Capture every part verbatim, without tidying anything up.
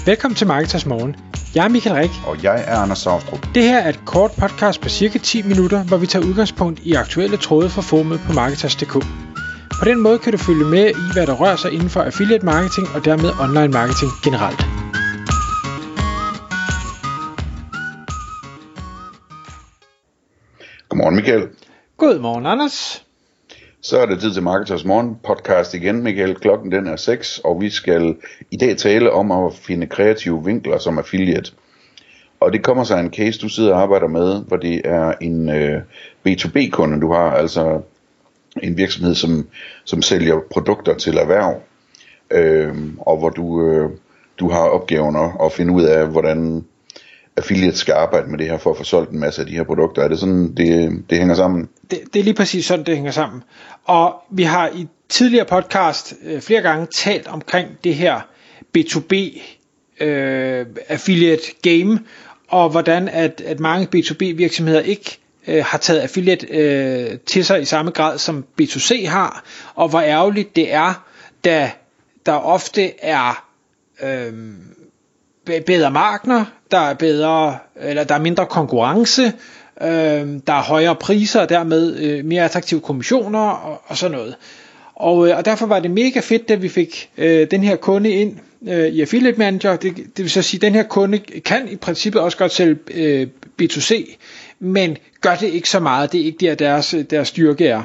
Velkommen til Marketers Morgen. Jeg er Michael Rik. Og jeg er Anders Saustrup. Det her er et kort podcast på cirka ti minutter, hvor vi tager udgangspunkt i aktuelle tråde fra forumet på Marketers punktum d k. På den måde kan du følge med i, hvad der rører sig inden for affiliate marketing og dermed online marketing generelt. Godmorgen Michael. Godmorgen Anders. Så er det tid til Marketers Morgen podcast igen, Michael. Klokken den er seks, og vi skal i dag tale om at finde kreative vinkler som affiliate. Og det kommer sig en case, du sidder og arbejder med, hvor det er en øh, B to B kunde, du har, altså en virksomhed, som, som sælger produkter til erhverv, øh, og hvor du, øh, du har opgaven at, at finde ud af, hvordan affiliate skal arbejde med det her for at få solgt en masse af de her produkter. Er det sådan, det, det hænger sammen? Det, det er lige præcis sådan, det hænger sammen. Og vi har i tidligere podcast øh, flere gange talt omkring det her B to B øh, affiliate game, og hvordan at, at mange B to B virksomheder ikke øh, har taget affiliate øh, til sig i samme grad som B to C har, og hvor ærgerligt det er, da der ofte er øh, bedre markeder, der er bedre, eller der er mindre konkurrence, øh, der er højere priser og dermed øh, mere attraktive kommissioner og, og sådan noget. Og, øh, og derfor var det mega fedt, da vi fik øh, den her kunde ind øh, i Affiliate Manager. Det, det vil så sige, at den her kunde kan i princippet også godt sælge øh, B to C, men gør det ikke så meget. Det er ikke der deres, deres styrke er.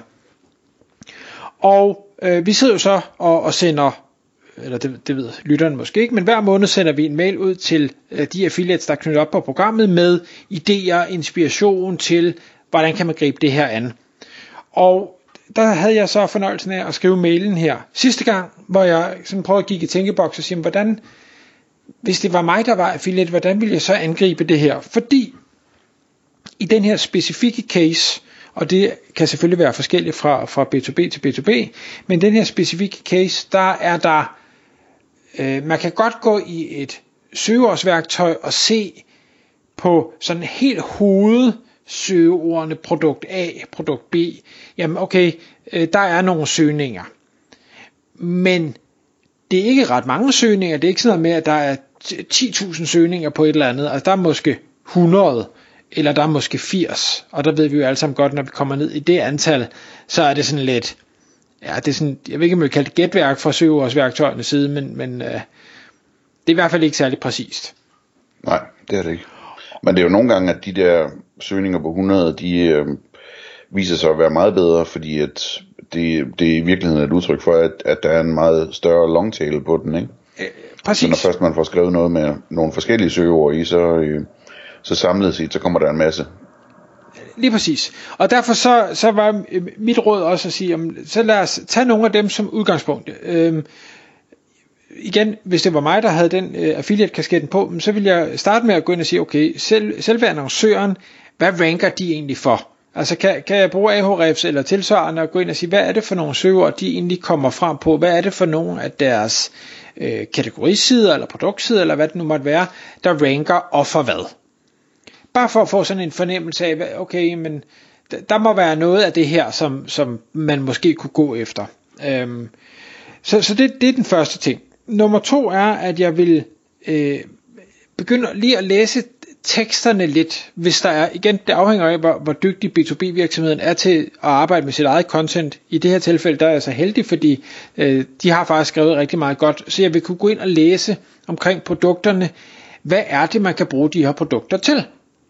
Og øh, vi sidder jo så og, og sender, eller det, det ved lytteren måske ikke, men hver måned sender vi en mail ud til øh, de affiliates, der er knyttet op på programmet, med idéer, inspiration til, hvordan kan man gribe det her an. Og der havde jeg så fornøjelsen af at skrive mailen her sidste gang, hvor jeg sådan prøvede at kigge i tænkeboks og sige, hvordan, hvis det var mig, der var affiliate, hvordan ville jeg så angribe det her? Fordi i den her specifikke case, og det kan selvfølgelig være forskelligt fra, fra B to B til B to B, men den her specifikke case, der er der, øh, man kan godt gå i et søgeordsværktøj og se på sådan helt hoved søgeordene produkt A, produkt B, jamen okay, øh, der er nogle søgninger, men det er ikke ret mange søgninger. Det er ikke sådan noget med, at der er ti tusind søgninger på et eller andet, altså der er måske hundrede, eller der er måske firs, og der ved vi jo alle sammen godt, når vi kommer ned i det antal, så er det sådan lidt, ja, det er sådan, jeg ved ikke, om jeg vil kalde det gætværk fra søgeordsværktøjernes side, men, men øh, det er i hvert fald ikke særlig præcist. Nej, det er det ikke. Men det er jo nogle gange, at de der søgninger på hundrede, de øh, viser sig at være meget bedre, fordi at det, det er i virkeligheden et udtryk for, at, at der er en meget større longtail på den, ikke? Øh, præcis. Så når først man får skrevet noget med nogle forskellige søgeord i, så, øh, så samlet set, så kommer der en masse. Lige præcis. Og derfor så, så var mit råd også at sige, jamen, så lad os tage nogle af dem som udgangspunkt. Øhm, igen, hvis det var mig, der havde den øh, affiliate-kasketten på, så ville jeg starte med at gå ind og sige, okay, selv, selve annoncøren, hvad ranker de egentlig for? Altså kan, kan jeg bruge Ahrefs eller tilsvarende og gå ind og sige, hvad er det for nogle søgeord, de egentlig kommer frem på? Hvad er det for nogle af deres øh, kategorisider eller produktsider, eller hvad det nu måtte være, der ranker og for hvad? Bare for at få sådan en fornemmelse af, okay, men der må være noget af det her, som, som man måske kunne gå efter. Øhm, så så det, det er den første ting. Nummer to er, at jeg vil øh, begynde lige at læse teksterne lidt, hvis der er, igen, det afhænger af, hvor, hvor dygtig B to B virksomheden er til at arbejde med sit eget content. I det her tilfælde, der er jeg så heldig, fordi øh, de har faktisk skrevet rigtig meget godt, så jeg vil kunne gå ind og læse omkring produkterne. Hvad er det, man kan bruge de her produkter til?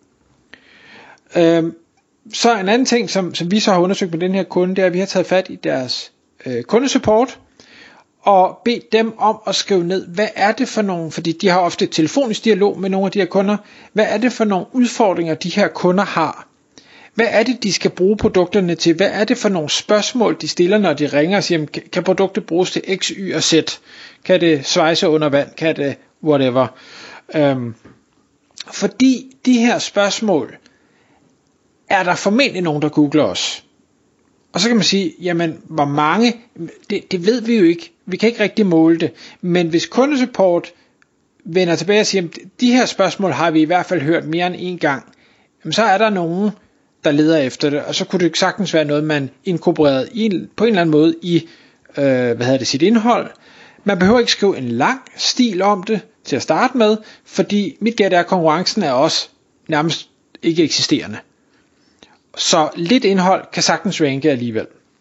Øh, så en anden ting, som, som vi så har undersøgt med den her kunde, det er, at vi har taget fat i deres øh, kundesupport, og bedt dem om at skrive ned, hvad er det for nogle, fordi de har ofte telefonisk dialog med nogle af de her kunder, hvad er det for nogle udfordringer, de her kunder har? Hvad er det, de skal bruge produkterne til? Hvad er det for nogle spørgsmål, de stiller, når de ringer og siger, kan produktet bruges til X, Y og Z? Kan det svejse under vand? Kan det whatever? Øhm, fordi de her spørgsmål, er der formentlig nogen, der googler os. Og så kan man sige, jamen hvor mange, det, det ved vi jo ikke, vi kan ikke rigtig måle det, men hvis kundesupport vender tilbage og siger, de her spørgsmål har vi i hvert fald hørt mere end en gang, jamen, så er der nogen, der leder efter det, og så kunne det sagtens være noget, man inkorporerede i, på en eller anden måde i øh, hvad hedder det, sit indhold. Man behøver ikke skrive en lang stil om det, til at starte med, fordi mit gæt er, at konkurrencen er også nærmest ikke eksisterende. Så lidt indhold kan sagtens ranke alligevel.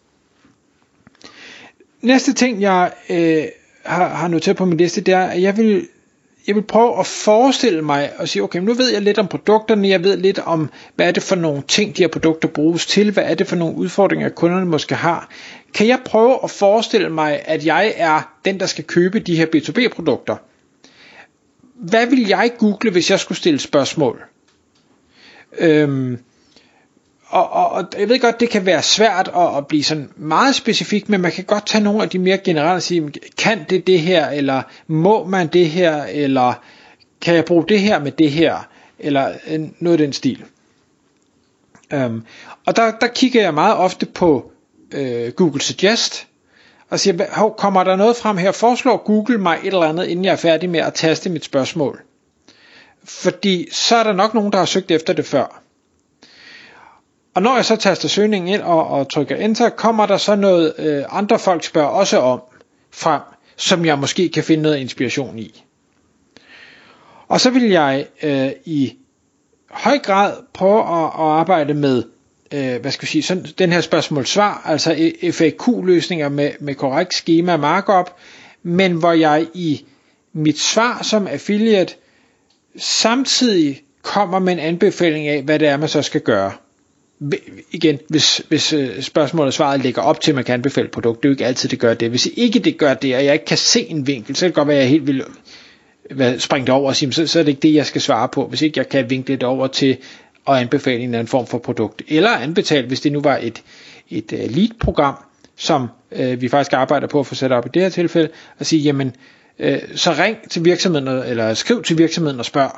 Næste ting, jeg øh, har, har noteret på min liste, det er, at jeg vil, jeg vil prøve at forestille mig og sige, okay, nu ved jeg lidt om produkterne, jeg ved lidt om, hvad er det for nogle ting, de her produkter bruges til, hvad er det for nogle udfordringer, kunderne måske har. Kan jeg prøve at forestille mig, at jeg er den, der skal købe de her B to B-produkter? Hvad vil jeg google, hvis jeg skulle stille spørgsmål? Øhm, og, og, og jeg ved godt, det kan være svært at, at blive sådan meget specifik, men man kan godt tage nogle af de mere generelle og sige, kan det det her, eller må man det her, eller kan jeg bruge det her med det her, eller noget af den stil. Øhm, og der, der kigger jeg meget ofte på øh, Google Suggest, og siger, hov, kommer der noget frem her, foreslår Google mig et eller andet, inden jeg er færdig med at taste mit spørgsmål. Fordi så er der nok nogen, der har søgt efter det før. Og når jeg så taster søgningen ind og, og trykker enter, kommer der så noget, øh, andre folk spørger også om frem, som jeg måske kan finde noget inspiration i. Og så vil jeg øh, i høj grad prøve at, at arbejde med øh, hvad skal jeg sige, sådan, den her spørgsmål-svar, altså F A Q-løsninger med, med korrekt schema markup, men hvor jeg i mit svar som affiliate samtidig kommer med en anbefaling af, hvad det er, man så skal gøre. Igen, hvis, hvis spørgsmålet og svaret ligger op til, at man kan anbefale et produkt, det er jo ikke altid, det gør det. Hvis ikke det gør det, og jeg ikke kan se en vinkel, så kan det godt være, at jeg helt vil springe det over og sige, så, så er det ikke det, jeg skal svare på, hvis ikke jeg kan vinkle det over til at anbefale en eller anden form for produkt. Eller anbefale, hvis det nu var et, et lead-program, som øh, vi faktisk arbejder på at få sat op i det her tilfælde, og sige, jamen, øh, så ring til virksomheden, eller skriv til virksomheden og spørg.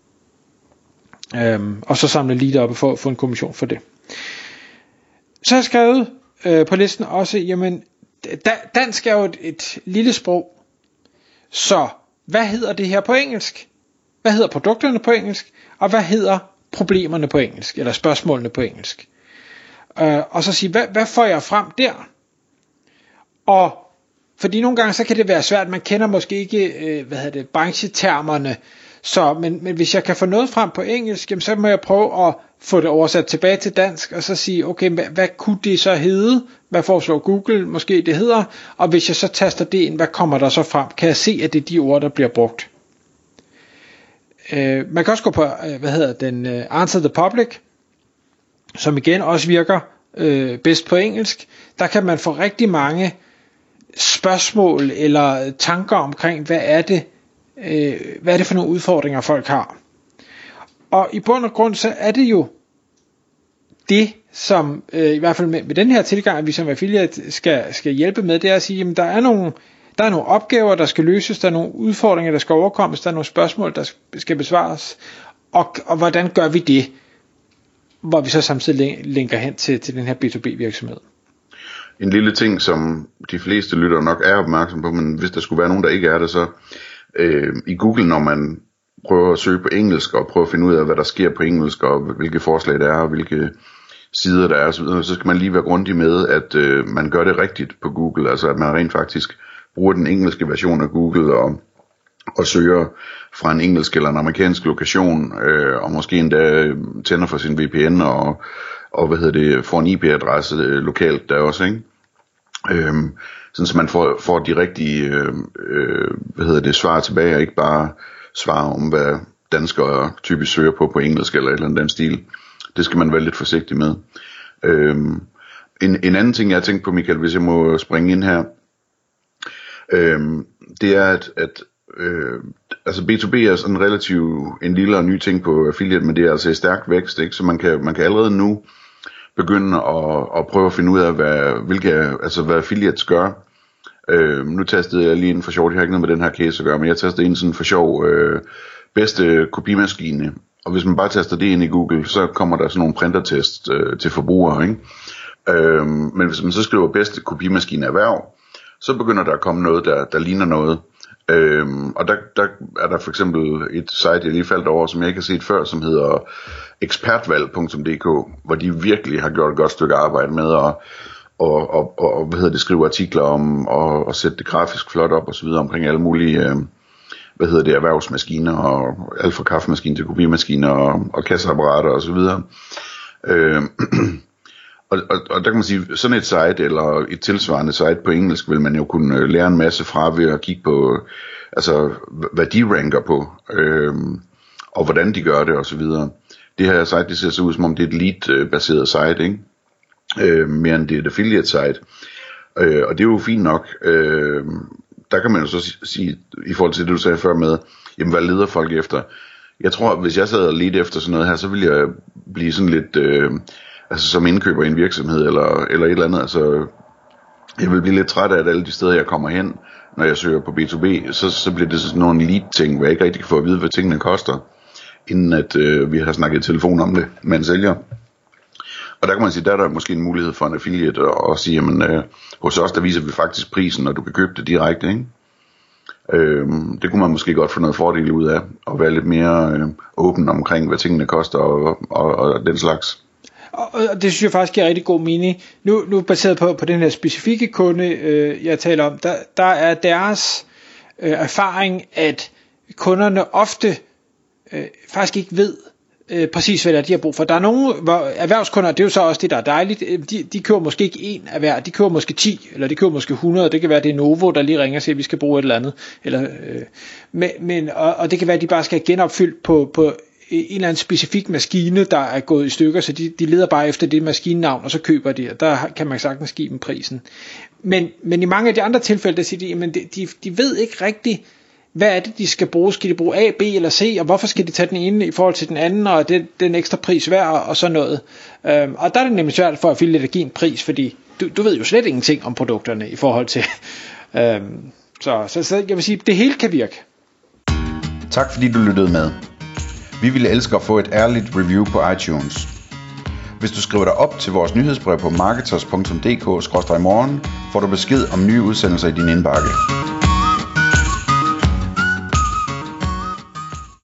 Øhm, og så samle lead op og få, få en kommission for det. Så har jeg skrevet øh, på listen også, jamen, da, dansk er jo et, et lille sprog, så hvad hedder det her på engelsk? Hvad hedder produkterne på engelsk? Og hvad hedder problemerne på engelsk? Eller spørgsmålene på engelsk? Øh, og så sige, hvad, hvad får jeg frem der? Og fordi nogle gange så kan det være svært, man kender måske ikke øh, hvad hedder det, branchetermerne, så, men, men hvis jeg kan få noget frem på engelsk, jamen, så må jeg prøve at få det oversat tilbage til dansk, og så sige, okay, hvad, hvad kunne det så hedde? Hvad foreslår Google måske det hedder? Og hvis jeg så taster det ind, hvad kommer der så frem? Kan jeg se, at det er de ord, der bliver brugt? Øh, man kan også gå på, hvad hedder den, uh, Answer the Public, som igen også virker øh, bedst på engelsk. Der kan man få rigtig mange spørgsmål eller tanker omkring, hvad er det, øh, hvad er det for nogle udfordringer folk har. Og i bund og grund så er det jo det, som øh, i hvert fald med, med den her tilgang, at vi som affiliate skal, skal hjælpe med, det er at sige, jamen der er nogle, der er nogle opgaver, der skal løses, der er nogle udfordringer, der skal overkommes, der er nogle spørgsmål, der skal besvares, og, og hvordan gør vi det, hvor vi så samtidig linker hen til, til den her B to B virksomhed. En lille ting, som de fleste lyttere nok er opmærksom på, men hvis der skulle være nogen, der ikke er det, så øh, i Google, når man prøver at søge på engelsk, og prøver at finde ud af, hvad der sker på engelsk, og hvilke forslag der er, og hvilke sider der er, så, så skal man lige være grundig med, at øh, man gør det rigtigt på Google, altså at man rent faktisk bruger den engelske version af Google, og, og søger fra en engelsk eller en amerikansk lokation, øh, og måske endda tænder for sin V P N, og og hvad hedder det, får en I P-adresse øh, lokalt der også, ikke? Øhm, sådan så man får, får de rigtige øh, øh, hvad hedder det, svar tilbage, og ikke bare svar om, hvad danskere typisk søger på på engelsk eller et eller andet den stil. Det skal man være lidt forsigtig med. Øhm, en, en anden ting, jeg har tænkt på, Michael, hvis jeg må springe ind her, øhm, det er, at, at øh, altså B to B er sådan relativt en lille og ny ting på affiliate, men det er altså i stærk vækst, ikke? Så man kan, man kan allerede nu begynde at, at prøve at finde ud af, hvad, hvilke, altså hvad affiliates gør. Øh, nu testede jeg lige en for sjov, jeg har ikke noget med den her case at gøre, men jeg testede en sådan for sjov øh, bedste kopimaskine, og hvis man bare taster det ind i Google, så kommer der sådan nogle printertest øh, til forbrugere, ikke? Øh, men hvis man så skriver bedste kopimaskine erhverv, så begynder der at komme noget, der, der ligner noget. Øhm, og der, der er der for eksempel et site, jeg lige faldt over, som jeg ikke har set før, som hedder ekspertvalg punktum d k, hvor de virkelig har gjort et godt stykke arbejde med at og, og, og, hvad hedder det, skrive artikler om, og, og sætte det grafisk flot op og så videre omkring alle mulige øh, hvad hedder det, erhvervsmaskiner og alt fra kaffemaskiner til kopimaskiner og, og kasseapparater og så videre. Øh, og, og, og der kan man sige, sådan et site eller et tilsvarende site på engelsk vil man jo kunne lære en masse fra ved at kigge på, altså hvad de ranker på, øh, og hvordan de gør det og så videre. Det her site, det ser så ud som om det er et lead-baseret site, ikke? Øh, mere end det er et affiliate site. Øh, og det er jo fint nok. Øh, der kan man jo så sige, i forhold til det du sagde før med, jamen hvad leder folk efter? Jeg tror, at hvis jeg sad og ledte efter sådan noget her, så ville jeg blive sådan lidt, øh, altså som indkøber i en virksomhed, eller, eller et eller andet, altså, jeg vil blive lidt træt af, at alle de steder, jeg kommer hen, når jeg søger på B to B, så, så bliver det sådan nogle lead-ting, hvor jeg ikke rigtig kan få at vide, hvad tingene koster, inden at øh, vi har snakket i telefon om det, man sælger. Og der kan man sige, der er der måske en mulighed for en affiliate at, at sige, jamen øh, hos os, der viser vi faktisk prisen, når du kan købe det direkte, ikke? Øh, det kunne man måske godt få noget fordel ud af, og være lidt mere øh, åben omkring, hvad tingene koster, og, og, og den slags. Og det synes jeg faktisk giver rigtig god mening. Nu, nu baseret på, på den her specifikke kunde, øh, jeg taler om, der, der er deres øh, erfaring, at kunderne ofte øh, faktisk ikke ved øh, præcis, hvad det er, de har brug for. Der er nogle hvor erhvervskunder, det er jo så også det, der er dejligt, de, de køber måske ikke en af hver, de køber måske ti, eller de køber måske hundrede, det kan være, det er Novo, der lige ringer og siger, at vi skal bruge et eller andet. Eller, øh, men, men, og, og det kan være, at de bare skal have genopfyldt på, på en eller anden specifik maskine, der er gået i stykker, så de, de leder bare efter det maskinenavn, og så køber de, og der kan man sagtens give dem prisen. Men, men i mange af de andre tilfælde, der siger de, jamen de, de, de ved ikke rigtigt, hvad er det, de skal bruge? Skal de bruge A, B eller C, og hvorfor skal de tage den ene i forhold til den anden, og det, den ekstra pris værd, og sådan noget. Øhm, og der er det nemlig svært for affiliate at give en pris, fordi du, du ved jo slet ingenting om produkterne i forhold til. øhm, så, så, så jeg vil sige, det hele kan virke. Tak fordi du lyttede med. Vi ville elske at få et ærligt review på iTunes. Hvis du skriver dig op til vores nyhedsbrev på marketers punktum d k skråstreg morgen, får du besked om nye udsendelser i din indbakke.